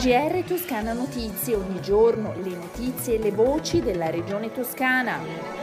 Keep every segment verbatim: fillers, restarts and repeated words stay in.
G R Toscana Notizie, ogni giorno le notizie e le voci della regione toscana.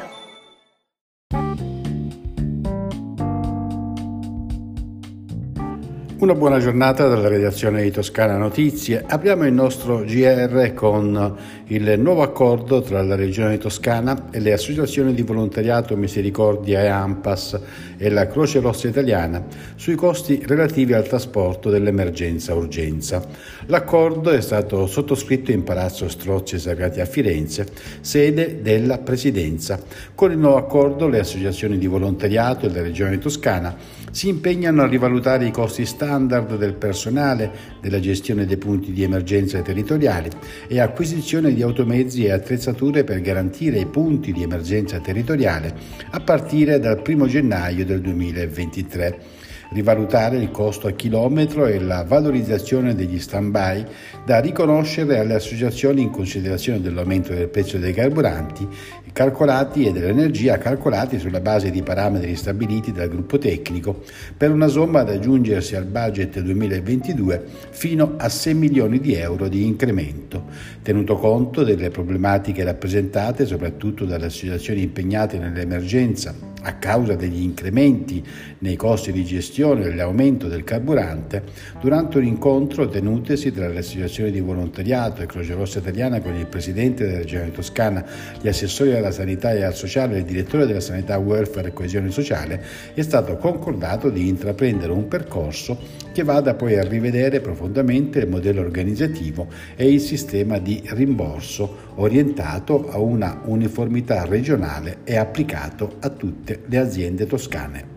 Una buona giornata dalla redazione di Toscana Notizie. Apriamo il nostro G R con il nuovo accordo tra la Regione Toscana e le associazioni di volontariato Misericordia e ANPAS e la Croce Rossa Italiana sui costi relativi al trasporto dell'emergenza urgenza. L'accordo è stato sottoscritto in Palazzo Strozzi Sagrati a Firenze, sede della Presidenza. Con il nuovo accordo le associazioni di volontariato e la Regione Toscana si impegnano a rivalutare i costi standard del personale, della gestione dei punti di emergenza territoriali e acquisizione di automezzi e attrezzature per garantire i punti di emergenza territoriale a partire dal primo gennaio del duemilaventitré. Rivalutare il costo a chilometro e la valorizzazione degli stand-by da riconoscere alle associazioni in considerazione dell'aumento del prezzo dei carburanti calcolati e dell'energia calcolati sulla base di parametri stabiliti dal gruppo tecnico per una somma da aggiungersi al budget duemilaventidue fino a sei milioni di euro di incremento. Tenuto conto delle problematiche rappresentate soprattutto dalle associazioni impegnate nell'emergenza a causa degli incrementi nei costi di gestione e l'aumento del carburante, durante un incontro tenutesi tra le associazioni di volontariato e Croce Rossa Italiana con il Presidente della Regione Toscana, gli assessori alla sanità e al sociale e il direttore della sanità, welfare e coesione sociale, è stato concordato di intraprendere un percorso che vada poi a rivedere profondamente il modello organizzativo e il sistema di rimborso orientato a una uniformità regionale e applicato a tutte le aziende toscane.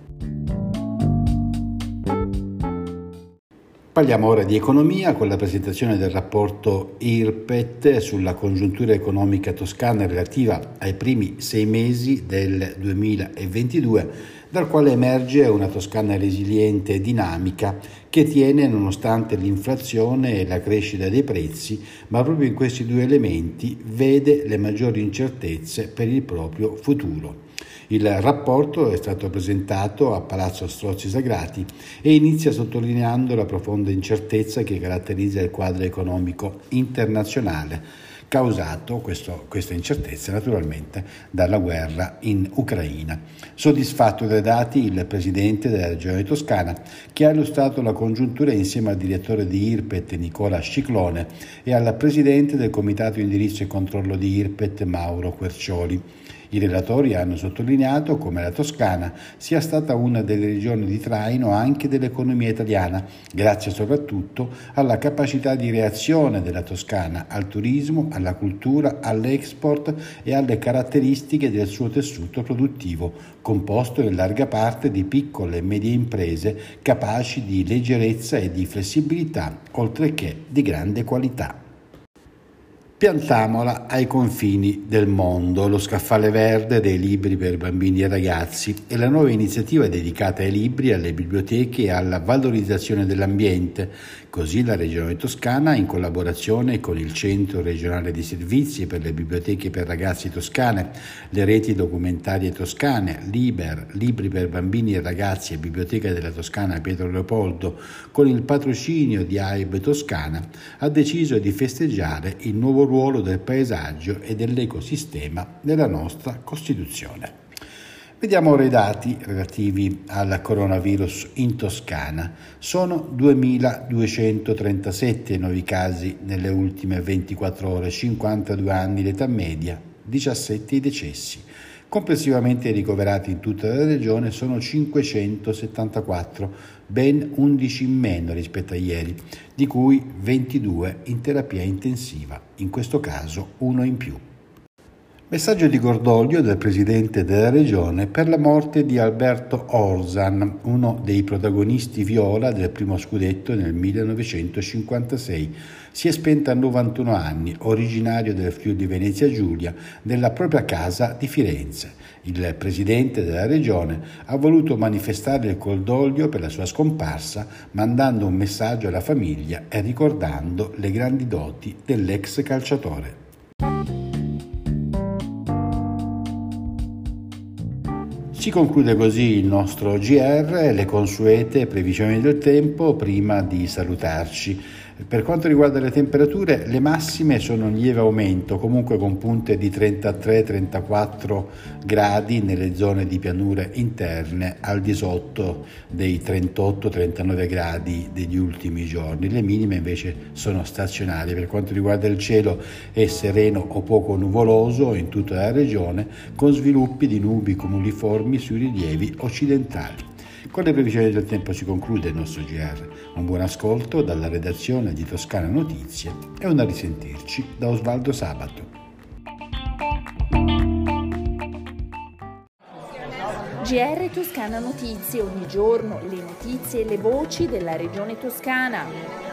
Parliamo ora di economia con la presentazione del rapporto I R P E T sulla congiuntura economica toscana relativa ai primi sei mesi del duemilaventidue, dal quale emerge una Toscana resiliente e dinamica che tiene nonostante l'inflazione e la crescita dei prezzi, ma proprio in questi due elementi vede le maggiori incertezze per il proprio futuro. Il rapporto è stato presentato a Palazzo Strozzi Sagrati e inizia sottolineando la profonda incertezza che caratterizza il quadro economico internazionale, causato questo, questa incertezza naturalmente dalla guerra in Ucraina. Soddisfatto dai dati il Presidente della Regione Toscana, che ha illustrato la congiuntura insieme al direttore di I R P E T Nicola Sciclone e al Presidente del Comitato Indirizzo e Controllo di I R P E T Mauro Quercioli. I relatori hanno sottolineato come la Toscana sia stata una delle regioni di traino anche dell'economia italiana, grazie soprattutto alla capacità di reazione della Toscana al turismo, alla cultura, all'export e alle caratteristiche del suo tessuto produttivo, composto in larga parte di piccole e medie imprese capaci di leggerezza e di flessibilità, oltre che di grande qualità. Piantamola ai confini del mondo, lo scaffale verde dei libri per bambini e ragazzi è la nuova iniziativa dedicata ai libri, alle biblioteche e alla valorizzazione dell'ambiente. Così la Regione Toscana, in collaborazione con il Centro Regionale di Servizi per le Biblioteche per Ragazzi Toscane, le reti documentarie toscane, Liber, Libri per Bambini e Ragazzi e Biblioteca della Toscana Pietro Leopoldo, con il patrocinio di A I B Toscana, ha deciso di festeggiare il nuovo ruolo del paesaggio e dell'ecosistema nella nostra Costituzione. Vediamo ora i dati relativi al coronavirus in Toscana. Sono duemiladuecentotrentasette nuovi casi nelle ultime ventiquattro ore, cinquantadue anni l'età media, diciassette i decessi. Complessivamente ricoverati in tutta la regione sono cinquecentosettantaquattro, ben undici in meno rispetto a ieri, di cui ventidue in terapia intensiva, in questo caso uno in più. Messaggio di cordoglio del Presidente della Regione per la morte di Alberto Orzan, uno dei protagonisti viola del primo scudetto nel millenovecentocinquantasei. Si è spento a novantuno anni, originario del Friuli Venezia Giulia, nella propria casa di Firenze. Il Presidente della Regione ha voluto manifestare il cordoglio per la sua scomparsa, mandando un messaggio alla famiglia e ricordando le grandi doti dell'ex calciatore. Si conclude così il nostro G R, le consuete previsioni del tempo prima di salutarci. Per quanto riguarda le temperature, le massime sono in lieve aumento, comunque con punte di trentatré trentaquattro gradi nelle zone di pianure interne, al di sotto dei trentotto trentanove gradi degli ultimi giorni. Le minime invece sono stazionarie. Per quanto riguarda il cielo, è sereno o poco nuvoloso in tutta la regione, con sviluppi di nubi cumuliformi sui rilievi occidentali. Con le previsioni del tempo si conclude il nostro G R. Un buon ascolto dalla redazione di Toscana Notizie e un a risentirci da Osvaldo Sabato. G R Toscana Notizie, ogni giorno le notizie e le voci della regione toscana.